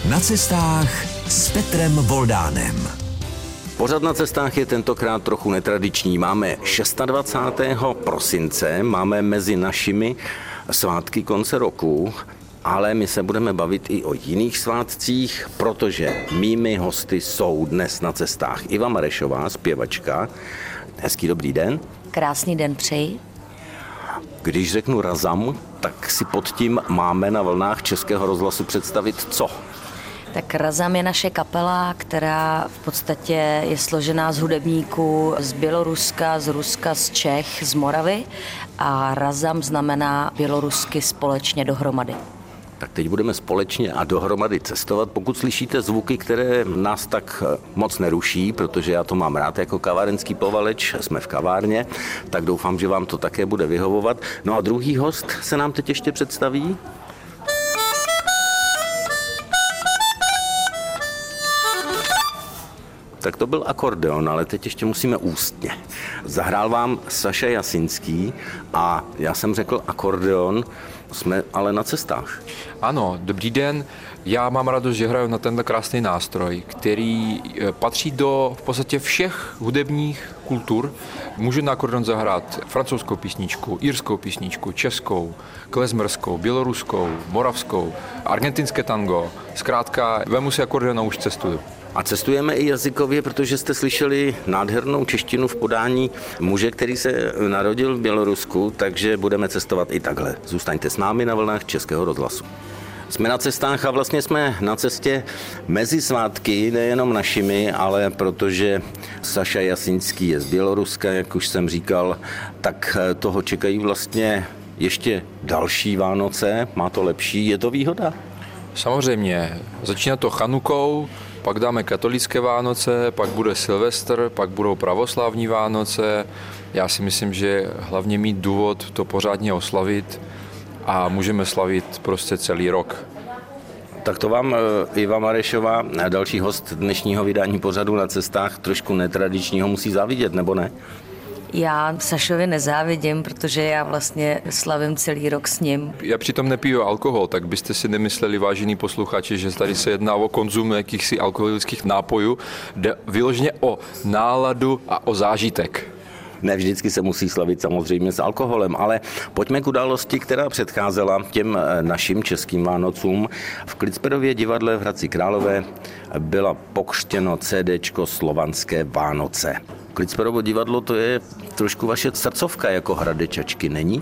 Na cestách s Petrem Voldánem. Pořad Na cestách je tentokrát trochu netradiční. Máme 26. prosince, máme mezi našimi svátky konce roku, ale my se budeme bavit i o jiných svátcích, protože mými hosty jsou dnes na cestách Iva Marešová, zpěvačka. Hezký dobrý den. Krásný den přeji. Když řeknu Razam, tak si pod tím máme na vlnách Českého rozhlasu představit co? Tak Razam je naše kapela, která v podstatě je složená z hudebníků z Běloruska, z Ruska, z Čech, z Moravy a Razam znamená bělorusky společně dohromady. Tak teď budeme společně a dohromady cestovat. Pokud slyšíte zvuky, které nás tak moc neruší, protože já to mám rád jako kavárenský povaleč, jsme v kavárně, tak doufám, že vám to také bude vyhovovat. No a druhý host se nám teď ještě představí. Tak to byl akordeon, ale teď ještě musíme ústně. Zahrál vám Saša Jasinský a já jsem řekl akordeon, jsme ale na cestách. Ano, dobrý den. Já mám radost, že hraju na tenhle krásný nástroj, který patří do v podstatě všech hudebních kultur. Můžu na akordeon zahrát francouzskou písničku, irskou písničku, českou, klezmerskou, běloruskou, moravskou, argentinské tango. Zkrátka, vemu si akordeon a už cestuju. A cestujeme i jazykově, protože jste slyšeli nádhernou češtinu v podání muže, který se narodil v Bělorusku, takže budeme cestovat i takhle. Zůstaňte s námi na vlnách Českého rozhlasu. Jsme na cestách a vlastně jsme na cestě mezi svátky, nejenom našimi, ale protože Saša Jasinský je z Běloruska, jak už jsem říkal, tak toho čekají vlastně ještě další Vánoce. Má to lepší, je to výhoda? Samozřejmě, začíná to Chanukou, pak dáme katolické Vánoce, pak bude Silvestr, pak budou pravoslavní Vánoce. Já si myslím, že hlavně mít důvod to pořádně oslavit a můžeme slavit prostě celý rok. Tak to vám Iva Marešová, další host dnešního vydání pořadu Na cestách, trošku netradičního, musí závidět, nebo ne? Já Sašovi nezávidím, protože já vlastně slavím celý rok s ním. Já přitom nepiju alkohol, tak byste si nemysleli, vážení posluchači, že tady se jedná o konzum jakýchsi alkoholických nápojů. Jde vyloženě o náladu a o zážitek. Ne vždycky se musí slavit samozřejmě s alkoholem, ale pojďme k události, která předcházela těm našim českým Vánocům. V Klicperově divadle v Hradci Králové byla pokřtěno CDčko Slovanské Vánoce. Klicperovo divadlo, to je trošku vaše srdcovka jako Hradečačky, není?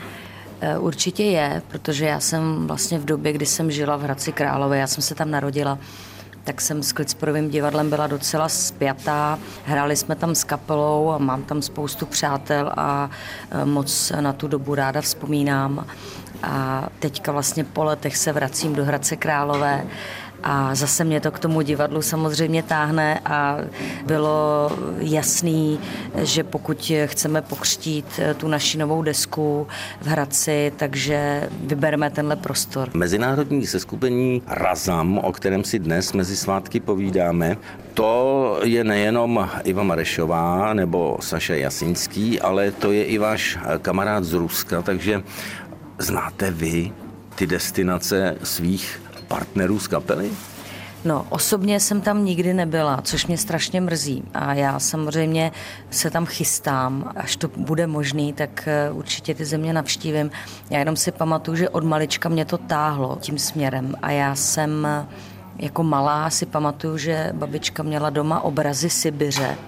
Určitě je, protože já jsem vlastně v době, kdy jsem žila v Hradci Králové, já jsem se tam narodila, tak jsem s Klicperovým divadlem byla docela spjatá. Hráli jsme tam s kapelou a mám tam spoustu přátel a moc na tu dobu ráda vzpomínám. A teďka vlastně po letech se vracím do Hradce Králové a zase mě to k tomu divadlu samozřejmě táhne a bylo jasný, že pokud chceme pokřtít tu naši novou desku v Hradci, takže vybereme tenhle prostor. Mezinárodní seskupení Razam, o kterém si dnes mezi svátky povídáme, to je nejenom Iva Marešová nebo Saša Jasinský, ale to je i váš kamarád z Ruska, takže znáte vy ty destinace svých partnerů z kapely? No, osobně jsem tam nikdy nebyla, což mě strašně mrzí a já samozřejmě se tam chystám, až to bude možný, tak určitě ty země navštívím. Já jenom si pamatuju, že od malička mě to táhlo tím směrem a já jsem jako malá si pamatuju, že babička měla doma obrazy Sibiře.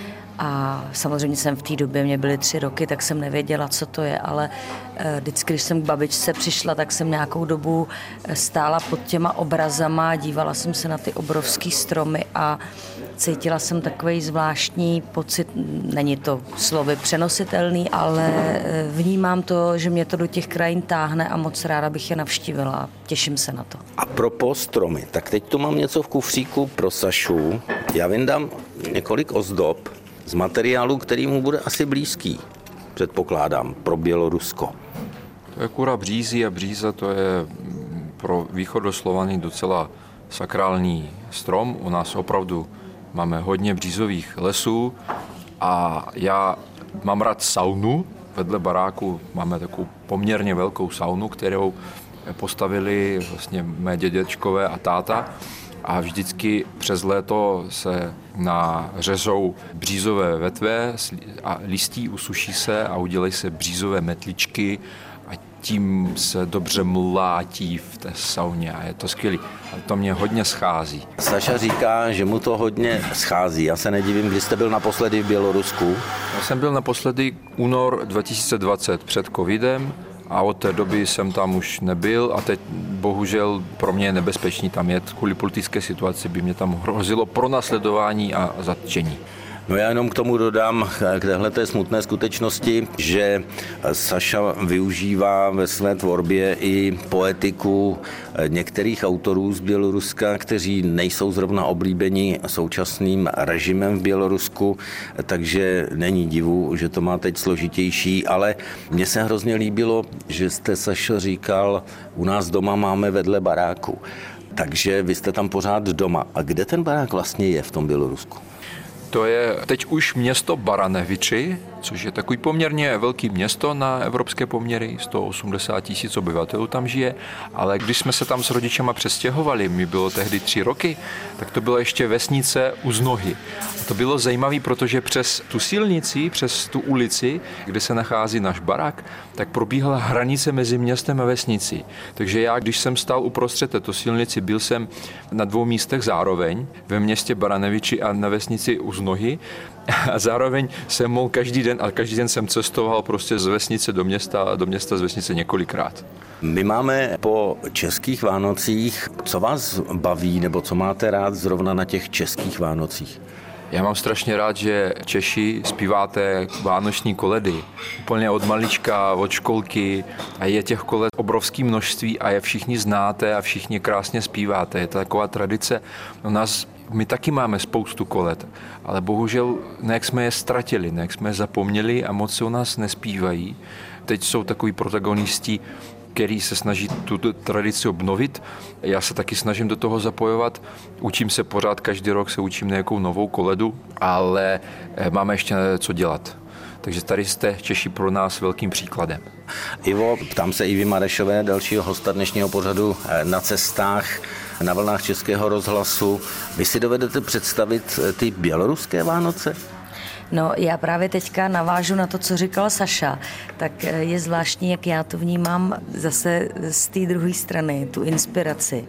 A samozřejmě jsem v té době, mě byly 3 roky, tak jsem nevěděla, co to je, ale vždycky, když jsem k babičce přišla, tak jsem nějakou dobu stála pod těma obrazama, dívala jsem se na ty obrovský stromy a cítila jsem takový zvláštní pocit, není to slovy přenositelný, ale vnímám to, že mě to do těch krajin táhne a moc ráda bych je navštívila. Těším se na to. A propos stromy, tak teď tu mám něco v kufříku pro Sašu. Já vyndám několik ozdob z materiálu, který mu bude asi blízký, předpokládám, pro Bělorusko. To je kura břízí a bříza to je pro východoslovany docela sakrální strom. U nás opravdu máme hodně břízových lesů a já mám rád saunu. Vedle baráku máme takovou poměrně velkou saunu, kterou postavili vlastně mé dědečkové a táta. A vždycky přes léto se nařezou břízové vetve a listí usuší se a udělají se břízové metličky a tím se dobře mlátí v té sauně a je to skvělý. A to mě hodně schází. Saša říká, že mu to hodně schází. Já se nedivím, kdy jste byl naposledy v Bělorusku. Já jsem byl naposledy únor 2020 před covidem a od té doby jsem tam už nebyl a teď bohužel pro mě je nebezpečný tam jet. Kvůli politické situaci by mě tam hrozilo pronásledování a zatčení. No já jenom k tomu dodám, k téhleté smutné skutečnosti, že Saša využívá ve své tvorbě i poetiku některých autorů z Běloruska, kteří nejsou zrovna oblíbeni současným režimem v Bělorusku, takže není divu, že to má teď složitější, ale mně se hrozně líbilo, že jste, Sašo, říkal, u nás doma máme vedle baráku. Takže vy jste tam pořád doma. A kde ten barák vlastně je v tom Bělorusku? To je teď už město Baraneviči, což je takový poměrně velký město na evropské poměry, 180 000 obyvatelů tam žije, ale když jsme se tam s rodičema přestěhovali, mi bylo tehdy 3 roky, tak to byla ještě vesnice u Znohy. A to bylo zajímavé, protože přes tu silnici, přes tu ulici, kde se nachází náš barák, tak probíhala hranice mezi městem a vesnicí. Takže já, když jsem stál uprostřed této silnici, byl jsem na 2 místech zároveň, ve městě Baraneviči a na vesnici u Znohy. A zároveň jsem mohl každý den jsem cestoval prostě z vesnice do města a do města z vesnice několikrát. My máme po českých Vánocích, co vás baví nebo co máte rád zrovna na těch českých Vánocích? Já mám strašně rád, že Češi zpíváte vánoční koledy. Úplně od malička, od školky a je těch koled obrovské množství a je všichni znáte a všichni krásně zpíváte. Je to taková tradice. My taky máme spoustu koled, ale bohužel nějak jsme je ztratili, nějak jsme je zapomněli a moc se u nás nespívají. Teď jsou takový protagonisti, který se snaží tu tradici obnovit. Já se taky snažím do toho zapojovat. Učím se pořád, každý rok se učím nějakou novou koledu, ale máme ještě co dělat. Takže tady jste Češi pro nás velkým příkladem. Ivo, ptám se Ivy Marešové, dalšího hosta dnešního pořadu Na cestách na vlnách Českého rozhlasu. Vy si dovedete představit ty běloruské Vánoce? No, já právě teďka navážu na to, co říkal Saša, tak je zvláštní, jak já to vnímám zase z té druhé strany, tu inspiraci,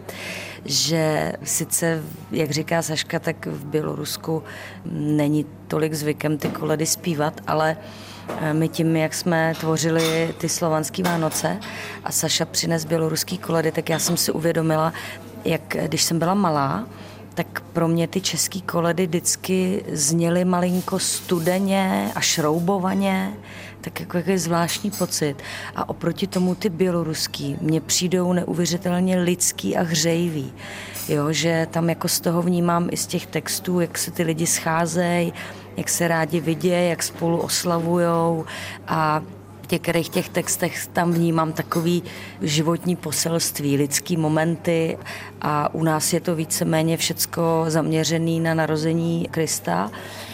že sice, jak říká Saška, tak v Bělorusku není tolik zvykem ty koledy zpívat, ale my tím, jak jsme tvořili ty slovanský Vánoce a Saša přines běloruský koledy, tak já jsem si uvědomila, jak když jsem byla malá, tak pro mě ty český koledy vždycky zněly malinko studeně a šroubovaně, tak jako jaký zvláštní pocit. A oproti tomu ty běloruský mně přijdou neuvěřitelně lidský a hřejivý. Jo, že tam jako z toho vnímám i z těch textů, jak se ty lidi scházejí, jak se rádi vidějí, jak spolu oslavujou a v některých těch textech tam vnímám takový životní poselství, lidský momenty a u nás je to víceméně všecko zaměřené na narození Krista.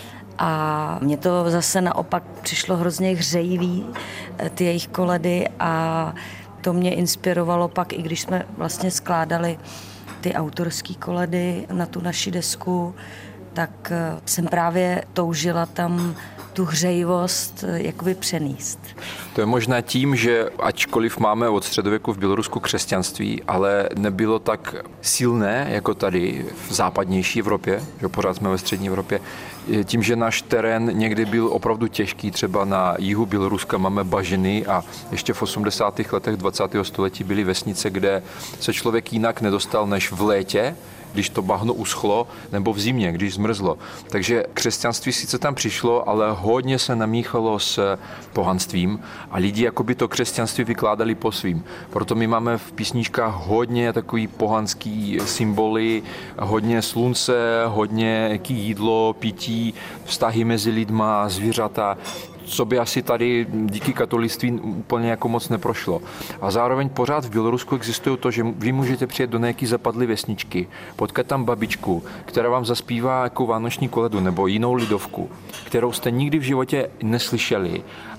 A mně to zase naopak přišlo hrozně hřejivý, ty jejich koledy a to mě inspirovalo pak, i když jsme vlastně skládali ty autorské koledy na tu naši desku, tak jsem právě toužila tam tu hřejivost jakoby přenést. To je možná tím, že ačkoliv máme od středověku v Bělorusku křesťanství, ale nebylo tak silné jako tady v západnější Evropě, že pořád jsme ve střední Evropě, tím, že náš terén někdy byl opravdu těžký, třeba na jihu Běloruska máme bažiny a ještě v 80. letech 20. století byly vesnice, kde se člověk jinak nedostal než v létě, když to bahno uschlo, nebo v zimě, když zmrzlo. Takže křesťanství sice tam přišlo, ale hodně se namíchalo s pohanstvím a lidi jakoby to křesťanství vykládali po svým. Proto my máme v písničkách hodně takový pohanský symboly, hodně slunce, hodně jídlo, pití, vztahy mezi lidma, zvířata, co by asi tady díky katolictví úplně jako moc neprošlo. A zároveň pořád v Bělorusku existuje to, že vy můžete přijet do nějaký zapadlé vesničky, potkat tam babičku, která vám zaspívá jako vánoční koledu nebo jinou lidovku, kterou jste nikdy v životě neslyšeli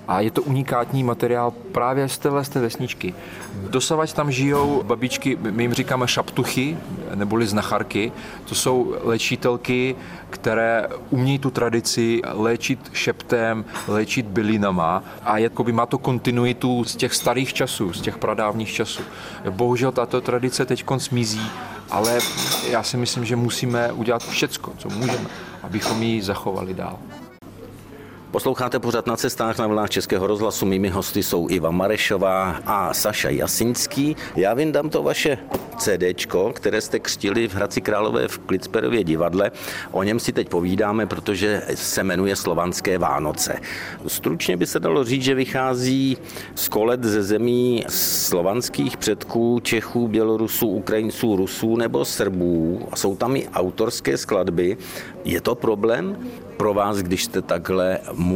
A je to unikátní materiál právě z téhle vesničky. Dosavať tam žijou babičky, my jim říkáme šaptuchy, neboli znacharky. To jsou léčitelky, které umějí tu tradici léčit šeptem, léčit bylinama a jakoby má to kontinuitu z těch starých časů, z těch pradávných časů. Bohužel tato tradice teď zmizí, ale já si myslím, že musíme udělat všecko, co můžeme, abychom ji zachovali dál. Posloucháte pořad Na cestách na vlnách Českého rozhlasu. Mými hosty jsou Iva Marešová a Saša Jasinský. Já vyndám to vaše CDčko, které jste křtili v Hradci Králové v Klicperově divadle. O něm si teď povídáme, protože se jmenuje Slovanské Vánoce. Stručně by se dalo říct, že vychází z kolet ze zemí slovanských předků, Čechů, Bělorusů, Ukrajinců, Rusů nebo Srbů. Jsou tam i autorské skladby. Je to problém pro vás, když jste takhle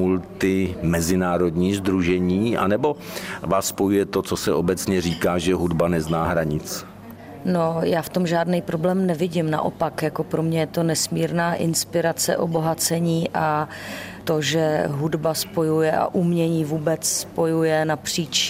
mezinárodní sdružení, anebo vás spojuje to, co se obecně říká, že hudba nezná hranic? No, já v tom žádný problém nevidím, naopak, jako pro mě je to nesmírná inspirace, obohacení a to, že hudba spojuje a umění vůbec spojuje napříč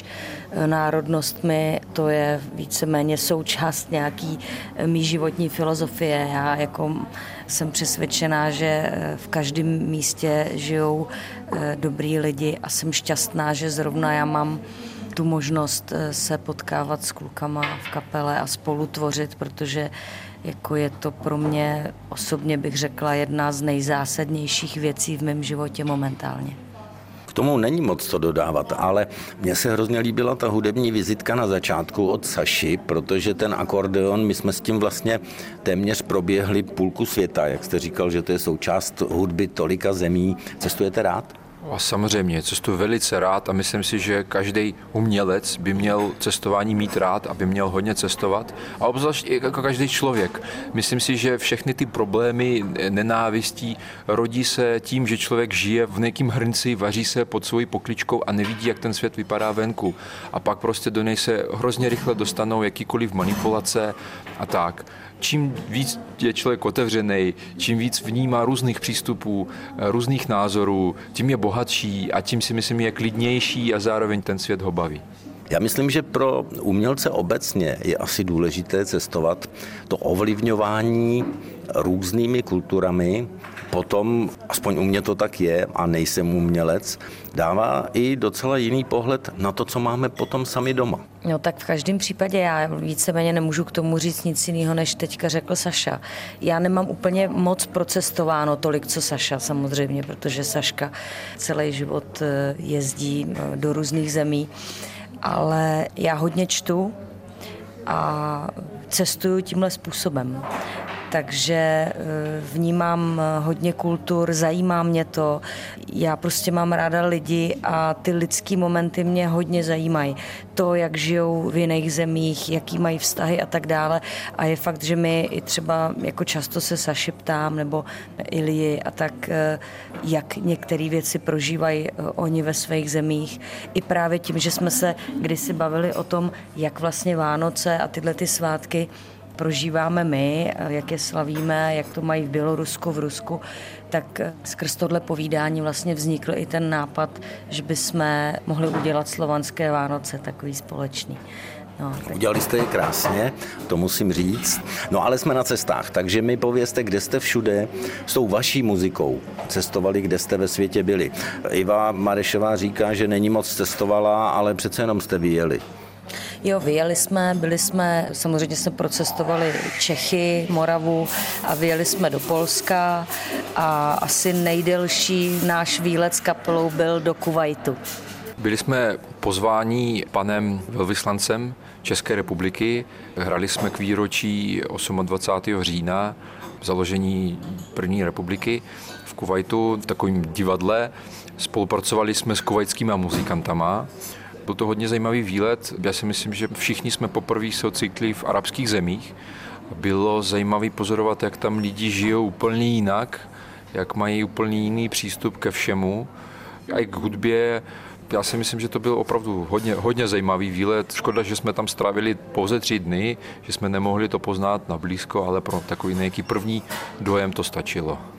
národnostmi, to je víceméně součást nějaký mý životní filozofie. Já jako jsem přesvědčená, že v každém místě žijou dobrý lidi a jsem šťastná, že zrovna já mám tu možnost se potkávat s klukama v kapele a spolu tvořit, protože jako je to pro mě osobně, bych řekla, jedna z nejzásadnějších věcí v mém životě momentálně. K tomu není moc co dodávat, ale mně se hrozně líbila ta hudební vizitka na začátku od Saši, protože ten akordeon, my jsme s tím vlastně téměř proběhli půlku světa, jak jste říkal, že to je součást hudby tolika zemí. Cestujete rád? A samozřejmě, cestuji velice rád a myslím si, že každý umělec by měl cestování mít rád, aby měl hodně cestovat. A obzvlášť jako každý člověk. Myslím si, že všechny ty problémy nenávistí rodí se tím, že člověk žije v nějakým hrnci, vaří se pod svojí pokličkou a nevidí, jak ten svět vypadá venku. A pak prostě do něj se hrozně rychle dostanou jakýkoliv manipulace a tak. Čím víc je člověk otevřený, čím víc vnímá různých přístupů, různých názorů, tím je bohatší a tím si myslím je klidnější a zároveň ten svět ho baví. Já myslím, že pro umělce obecně je asi důležité cestovat to ovlivňování různými kulturami. Potom, aspoň u mě to tak je a nejsem umělec, dává i docela jiný pohled na to, co máme potom sami doma. No tak v každém případě já víceméně nemůžu k tomu říct nic jiného, než teďka řekl Saša. Já nemám úplně moc procestováno tolik, co Saša samozřejmě, protože Saška celý život jezdí do různých zemí, ale já hodně čtu a cestuju tímhle způsobem. Takže vnímám hodně kultur, zajímá mě to. Já prostě mám ráda lidi a ty lidský momenty mě hodně zajímají. To, jak žijou v jiných zemích, jaký mají vztahy a tak dále. A je fakt, že mi i třeba jako často se Saši ptám, nebo Ilii a tak, jak některé věci prožívají oni ve svých zemích. I právě tím, že jsme se kdysi bavili o tom, jak vlastně Vánoce a tyhle ty svátky prožíváme my, jak je slavíme, jak to mají v Bělorusku, v Rusku, tak skrz tohle povídání vlastně vznikl i ten nápad, že bychom mohli udělat slovanské Vánoce, takový společný. No, tak... Udělali jste je krásně, to musím říct. No ale jsme na cestách, takže mi povězte, kde jste všude s tou vaší muzikou cestovali, kde jste ve světě byli. Iva Marešová říká, že není moc cestovala, ale přece jenom jste vyjeli. Jo, vyjeli jsme, byli jsme, samozřejmě jsme procestovali Čechy, Moravu a vyjeli jsme do Polska a asi nejdelší náš výlet s kapelou byl do Kuvajtu. Byli jsme pozváni panem velvyslancem České republiky, hrali jsme k výročí 28. října založení první republiky v Kuvajtu v takovém divadle. Spolupracovali jsme s kuvajtskými muzikantama. Byl to hodně zajímavý výlet. Já si myslím, že všichni jsme poprvé se ocitli v arabských zemích. Bylo zajímavé pozorovat, jak tam lidi žijou úplně jinak, jak mají úplně jiný přístup ke všemu. A i k hudbě. Já si myslím, že to byl opravdu hodně zajímavý výlet. Škoda, že jsme tam strávili pouze 3 dny, že jsme nemohli to poznat na blízko, ale pro takový nějaký první dojem to stačilo.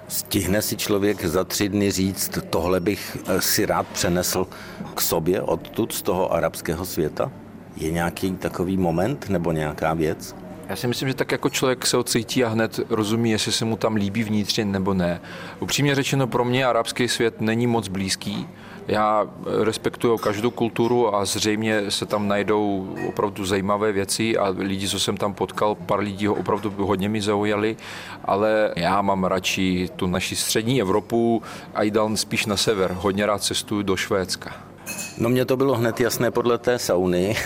Stihne si člověk za 3 dny říct, tohle bych si rád přenesl k sobě odtud z toho arabského světa? Je nějaký takový moment nebo nějaká věc? Já si myslím, že tak jako člověk se ocítí a hned rozumí, jestli se mu tam líbí vnitřně nebo ne. Upřímně řečeno, pro mě arabský svět není moc blízký. Já respektuju každou kulturu a zřejmě se tam najdou opravdu zajímavé věci a lidi, co jsem tam potkal, pár lidí ho opravdu hodně mi zaujali, ale já mám radši tu naši střední Evropu a jdal spíš na sever. Hodně rád cestuju do Švédska. No mně to bylo hned jasné podle té sauny,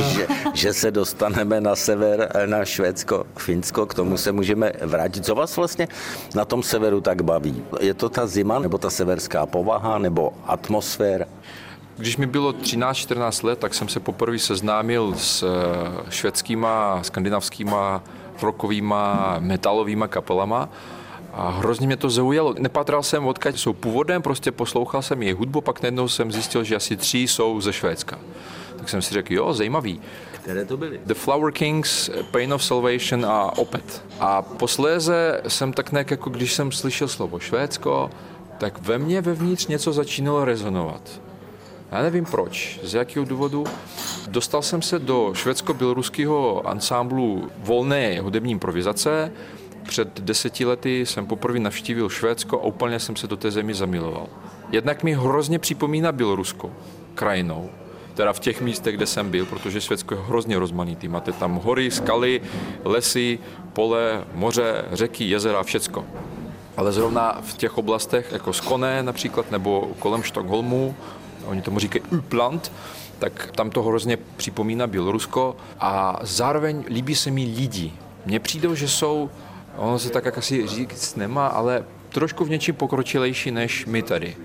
že se dostaneme na sever, na Švédsko, Finsko, k tomu se můžeme vrátit. Co vás vlastně na tom severu tak baví? Je to ta zima, nebo ta severská povaha, nebo atmosféra? Když mi bylo 13-14 let, tak jsem se poprvé seznámil s švédskýma, skandinávskýma, rockovýma, metalovýma kapelama. A hrozně mě to zaujalo. Nepatral jsem, odkud jsou původem, prostě poslouchal jsem jejich hudbu, pak najednou jsem zjistil, že asi 3 jsou ze Švédska. Tak jsem si řekl, jo, zajímavý. Které to byly? The Flower Kings, Pain of Salvation a Opeth. A posléze jsem tak nějak, jako když jsem slyšel slovo Švédsko, tak ve mně vevnitř něco začínalo rezonovat. Já nevím proč, z jakého důvodu. Dostal jsem se do švédsko-běloruského ansámblu volné hudební improvizace. Před 10 lety jsem poprvé navštívil Švédsko a úplně jsem se do té zemi zamiloval. Jednak mi hrozně připomíná Bělorusko krajinou, teda v těch místech, kde jsem byl, protože Švédsko je hrozně rozmanitý. Máte tam hory, skaly, lesy, pole, moře, řeky, jezera, všecko. Ale zrovna v těch oblastech, jako Skåne například, nebo kolem Štokholmu, oni tomu říkají Uppland, tak tam to hrozně připomíná Bělorusko a zároveň líbí se mi lidi. Mně přijde, že jsou, ono se tak jak asi říct nemá, ale trošku v něčím pokročilejší než my tady.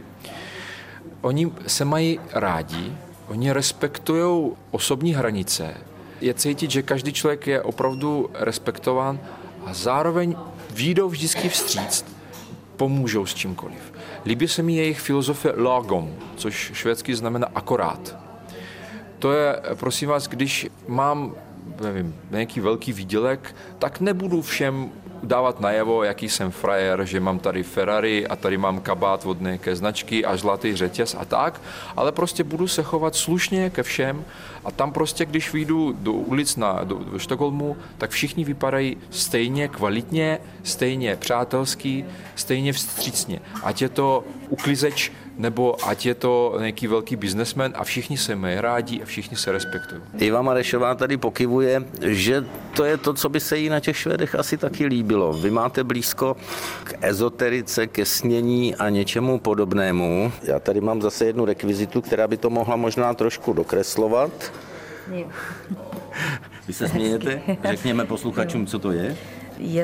Oni se mají rádi, oni respektují osobní hranice. Je cítit, že každý člověk je opravdu respektován a zároveň výjdou vždycky vstříc, pomůžou s čímkoliv. Líbí se mi jejich filozofie lagom, což švédsky znamená akorát. To je, prosím vás, když mám nějaký velký výdělek, tak nebudu všem dávat najevo, jaký jsem frajer, že mám tady Ferrari a tady mám kabát od nějaké značky a zlatý řetěz a tak, ale prostě budu se chovat slušně ke všem a tam prostě, když vyjdu do ulic do Štokholmu, tak všichni vypadají stejně kvalitně, stejně přátelský, stejně vstřícně. Ať je to uklizeč, nebo ať je to nějaký velký biznesmen a všichni se mají rádi a všichni se respektují. Iva Marešová tady pokyvuje, že to je to, co by se jí na těch Švédech asi taky líbilo. Vy máte blízko k ezoterice, ke snění a něčemu podobnému. Já tady mám zase jednu rekvizitu, která by to mohla možná trošku dokreslovat. Jo. Vy se smějete? Řekněme posluchačům, co to je? Je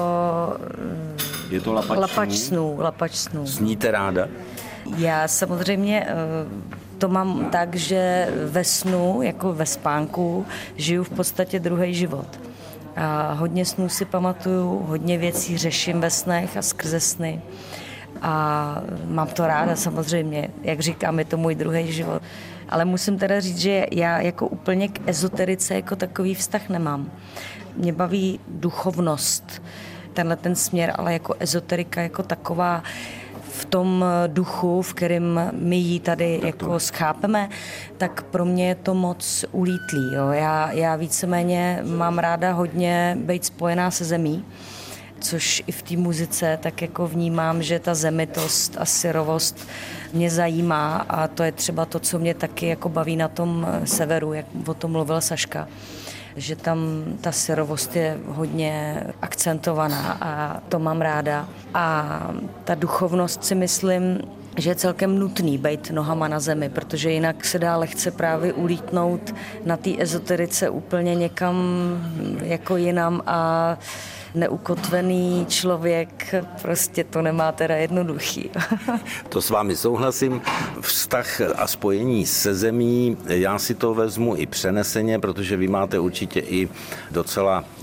to lapač snů. Sníte ráda? Já samozřejmě to mám tak, že ve snu, jako ve spánku, žiju v podstatě druhý život. A hodně snů si pamatuju, hodně věcí řeším ve snech a skrze sny. A mám to ráda samozřejmě, jak říkám, je to můj druhý život. Ale musím teda říct, že já jako úplně k ezoterice jako takový vztah nemám. Mě baví duchovnost, tenhle ten směr, ale jako ezoterika jako taková v tom duchu, v kterém my ji tady jako schápeme, tak pro mě je to moc ulítlý. Jo. Já víceméně mám ráda hodně být spojená se zemí, což i v té muzice tak jako vnímám, že ta zemitost a syrovost mě zajímá a to je třeba to, co mě taky jako baví na tom severu, jak o tom mluvil Saška, že tam ta syrovost je hodně akcentovaná a to mám ráda. A ta duchovnost si myslím, že je celkem nutný být nohama na zemi, protože jinak se dá lehce právě ulítnout na té ezoterice úplně někam jako jinam a neukotvený člověk prostě to nemá teda jednoduchý. To s vámi souhlasím. Vztah a spojení se zemí, já si to vezmu i přeneseně, protože vy máte určitě i docela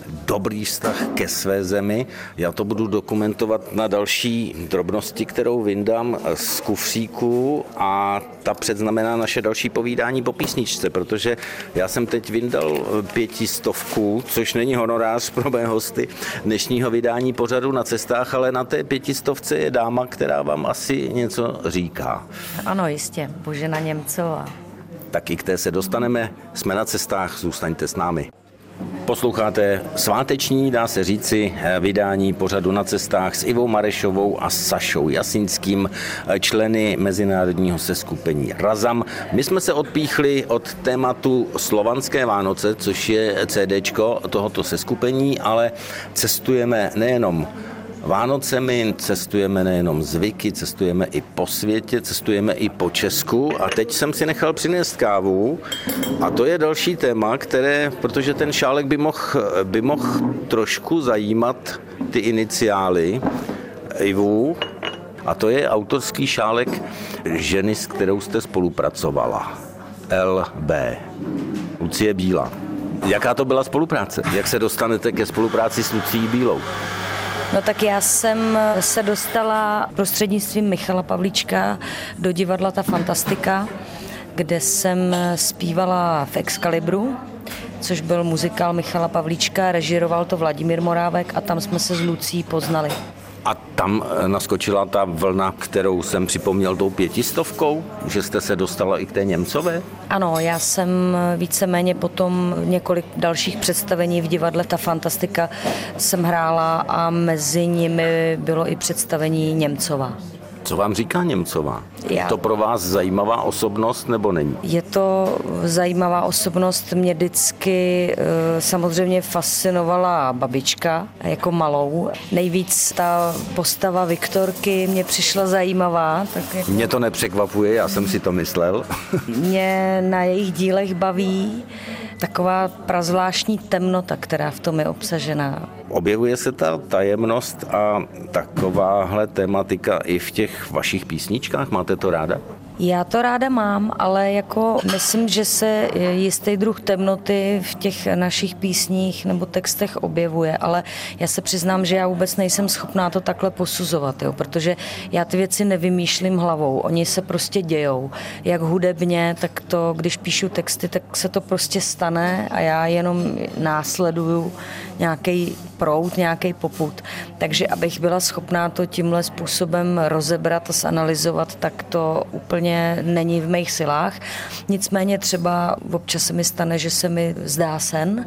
dobrý vztah ke své zemi. Já to budu dokumentovat na další drobnosti, kterou vyndám z kufříku a ta předznamená naše další povídání po písničce, protože já jsem teď vyndal 500, což není honorář pro mé hosty dnešního vydání pořadu Na cestách, ale na té 500 je dáma, která vám asi něco říká. Ano, jistě, Božena Němcová. Tak i k té se dostaneme, jsme na cestách, zůstaňte s námi. Posloucháte sváteční, dá se říci, vydání pořadu Na cestách s Ivou Marešovou a Sašou Jasinským, členy mezinárodního seskupení Razam. My jsme se odpíchli od tématu Slovanské Vánoce, což je CDčko tohoto seskupení, ale cestujeme nejenom Vánocemi, cestujeme nejenom zvyky, cestujeme i po světě, cestujeme i po Česku a teď jsem si nechal přinést kávu a to je další téma, které, protože ten šálek by mohl trošku zajímat ty iniciály Ivu a to je autorský šálek ženy, s kterou jste spolupracovala. LB. Lucie Bílá. Jaká to byla spolupráce? Jak se dostanete ke spolupráci s Lucií Bílou? No tak já jsem se dostala prostřednictvím Michala Pavlíčka do divadla Ta Fantastika, kde jsem zpívala v Excalibru, což byl muzikál Michala Pavlíčka, režíroval to Vladimír Morávek a tam jsme se s Lucí poznali. A tam naskočila ta vlna, kterou jsem připomněl tou 500, že jste se dostala i k té Němcové? Ano, já jsem víceméně potom několik dalších představení v divadle Ta Fantastika jsem hrála a mezi nimi bylo i představení Němcová. Co vám říká Němcová? Je to pro vás zajímavá osobnost nebo není? Je to zajímavá osobnost. Mě vždycky samozřejmě fascinovala babička jako malou. Nejvíc ta postava Viktorky mě přišla zajímavá. Tak jako... Mě to nepřekvapuje, já jsem si to myslel. Mě na jejich dílech baví taková prazvláštní temnota, která v tom je obsažená. Objevuje se ta tajemnost a takováhle tematika i v těch vašich písničkách? Máte to ráda? Já to ráda mám, ale jako myslím, že se jistý druh temnoty v těch našich písních nebo textech objevuje, ale já se přiznám, že já vůbec nejsem schopná to takhle posuzovat, jo, protože já ty věci nevymýšlím hlavou, oni se prostě dějou. Jak hudebně, tak to, když píšu texty, tak se to prostě stane a já jenom následuju nějaký proud, nějaký popud. Takže abych byla schopná to tímhle způsobem rozebrat a zanalyzovat, tak to úplně není v mých silách. Nicméně třeba občas se mi stane, že se mi zdá sen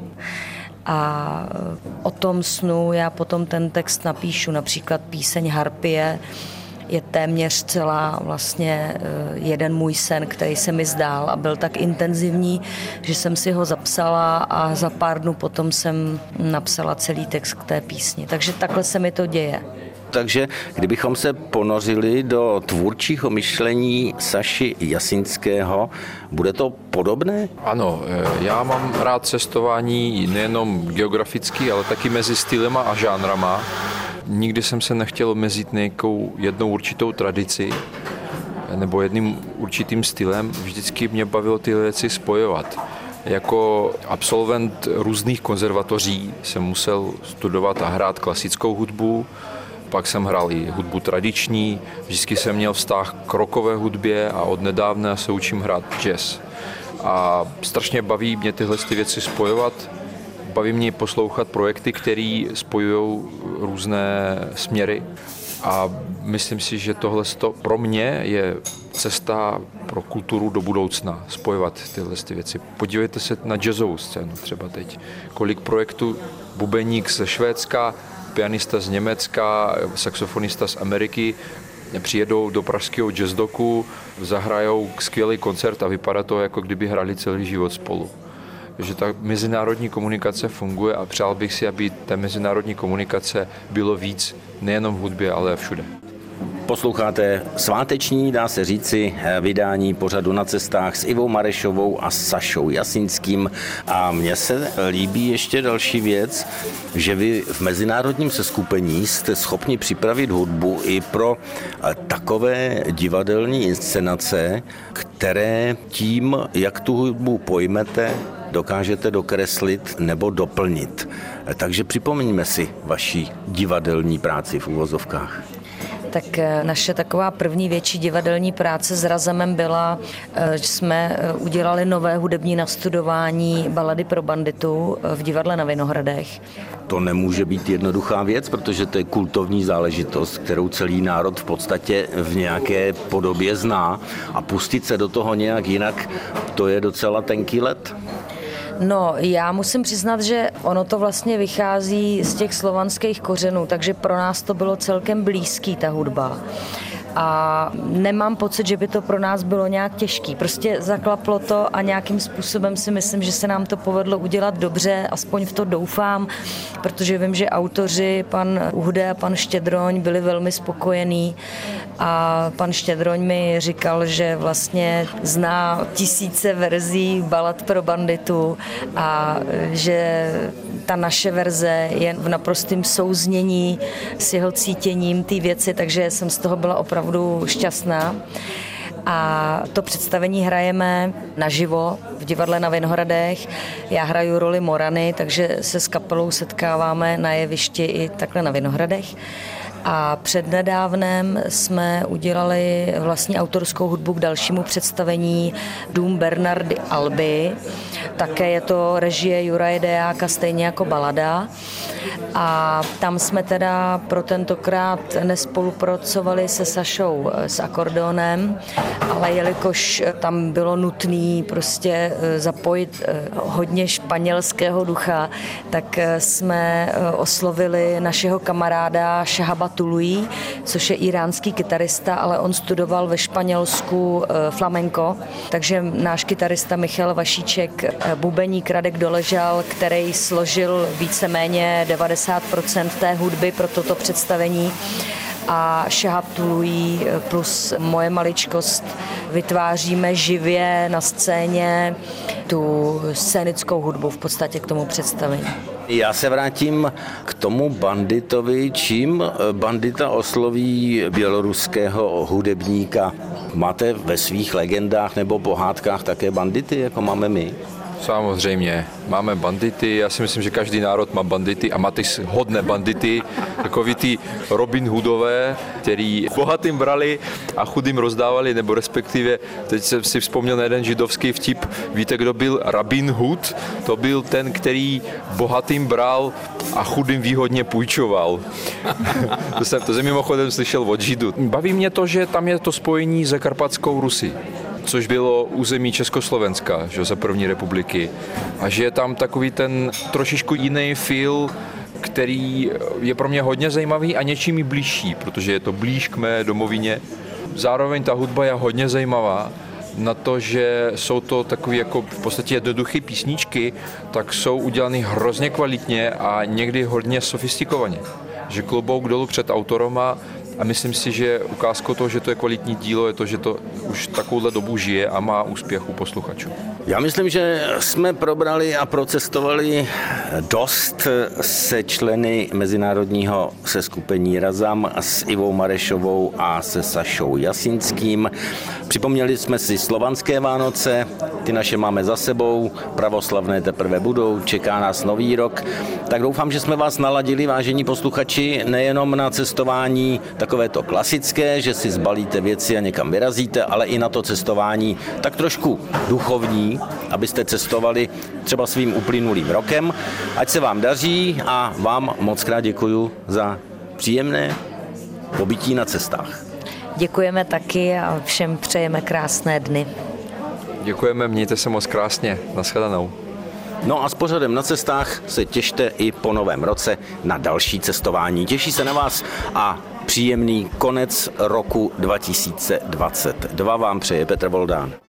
a o tom snu já potom ten text napíšu. Například píseň Harpie je téměř celá vlastně jeden můj sen, který se mi zdál a byl tak intenzivní, že jsem si ho zapsala a za pár dnů potom jsem napsala celý text k té písni. Takže takhle se mi to děje. Takže kdybychom se ponořili do tvůrčího myšlení Saši Jasinského, bude to podobné? Ano, já mám rád cestování nejenom geografický, ale taky mezi stylema a žánrama. Nikdy jsem se nechtěl omezit nějakou jednou určitou tradici nebo jedním určitým stylem. Vždycky mě bavilo ty věci spojovat. Jako absolvent různých konzervatoří jsem musel studovat a hrát klasickou hudbu, pak jsem hrál i hudbu tradiční, vždycky jsem měl vztah k rockové hudbě a od nedávna se učím hrát jazz. A strašně baví mě tyhle věci spojovat, baví mě poslouchat projekty, které spojují různé směry a myslím si, že tohle pro mě je cesta pro kulturu do budoucna, spojovat tyhle věci. Podívejte se na jazzovou scénu třeba teď. Kolik projektů, bubeník ze Švédska, pianista z Německa, saxofonista z Ameriky přijedou do pražského jazzdoku, zahrajou skvělý koncert a vypadá to, jako kdyby hrali celý život spolu. Že ta mezinárodní komunikace funguje a přál bych si, aby té mezinárodní komunikace bylo víc, nejenom v hudbě, ale všude. Posloucháte sváteční, dá se říci, vydání pořadu Na cestách s Ivou Marešovou a Sašou Jasinským. A mně se líbí ještě další věc, že vy v mezinárodním seskupení jste schopni připravit hudbu i pro takové divadelní inscenace, které tím, jak tu hudbu pojmete, dokážete dokreslit nebo doplnit. Takže připomeňme si vaši divadelní práci v uvozovkách. Tak naše taková první větší divadelní práce s Razemem byla, že jsme udělali nové hudební nastudování Balady pro banditu v divadle na Vinohradech. To nemůže být jednoduchá věc, protože to je kultovní záležitost, kterou celý národ v podstatě v nějaké podobě zná a pustit se do toho nějak jinak, to je docela tenký led. No, já musím přiznat, že ono to vlastně vychází z těch slovanských kořenů, takže pro nás to bylo celkem blízký, ta hudba. A nemám pocit, že by to pro nás bylo nějak těžký. Prostě zaklaplo to a nějakým způsobem si myslím, že se nám to povedlo udělat dobře, aspoň v to doufám, protože vím, že autoři, pan Uhde a pan Štědroň, byli velmi spokojení a pan Štědroň mi říkal, že vlastně zná tisíce verzí balad pro banditu a že ta naše verze je v naprostém souznění s jeho cítěním té věci, takže jsem z toho byla opravdu šťastná. A to představení hrajeme naživo v divadle na Vinohradech. Já hraju roli Morany, takže se s kapelou setkáváme na jevišti i takhle na Vinohradech. A přednedávnem jsme udělali vlastní autorskou hudbu k dalšímu představení Dům Bernardy Alby. Také je to režie Juraje Dejáka, stejně jako Balada. A tam jsme teda pro tentokrát nespolupracovali se Sašou s akordeonem, ale jelikož tam bylo nutné prostě zapojit hodně španělského ducha, tak jsme oslovili našeho kamaráda Shahaba Tuluí, což je iránský kytarista, ale on studoval ve Španělsku flamenco, takže náš kytarista Michal Vašíček, bubeník Radek Doležal, který složil víceméně 90% té hudby pro toto představení, a Shahab Tuluí plus moje maličkost vytváříme živě na scéně tu scénickou hudbu v podstatě k tomu představení. Já se vrátím k tomu banditovi. Čím bandita osloví běloruského hudebníka? Máte ve svých legendách nebo pohádkách také bandity, jako máme my? Samozřejmě, máme bandity, já si myslím, že každý národ má bandity a má ty hodné bandity, takový ty Robin Hoodové, který bohatým brali a chudým rozdávali, nebo respektive, teď jsem si vzpomněl na jeden židovský vtip, víte, kdo byl Rabin Hood? To byl ten, který bohatým bral a chudým výhodně půjčoval. To jsem mimochodem slyšel od Židů. Baví mě to, že tam je to spojení se Karpatskou Rusí, což bylo území Československa, že, za první republiky. A že je tam takový ten trošičku jiný feel, který je pro mě hodně zajímavý a něčím i blížší, protože je to blíž k mé domovině. Zároveň ta hudba je hodně zajímavá na to, že jsou to takové jako v podstatě jednoduché písničky, tak jsou udělané hrozně kvalitně a někdy hodně sofistikovaně. Že klobouk dolů před autorama. A myslím si, že ukázkou toho, že to je kvalitní dílo, je to, že to už takovouhle dobu žije a má úspěch u posluchačů. Já myslím, že jsme probrali a procestovali dost se členy mezinárodního seskupení Razam s Ivou Marešovou a se Sašou Jasinským. Připomněli jsme si slovanské Vánoce, ty naše máme za sebou, pravoslavné teprve budou, čeká nás nový rok. Tak doufám, že jsme vás naladili, vážení posluchači, nejenom na cestování takové to klasické, že si zbalíte věci a někam vyrazíte, ale i na to cestování tak trošku duchovní, abyste cestovali třeba svým uplynulým rokem. Ať se vám daří a vám moc krát děkuju za příjemné pobytí na cestách. Děkujeme taky a všem přejeme krásné dny. Děkujeme, mějte se moc krásně. Nashledanou. No a s pořadem na cestách se těšte i po novém roce na další cestování. Těší se na vás a příjemný konec roku 2022 vám přeje Petr Voldán.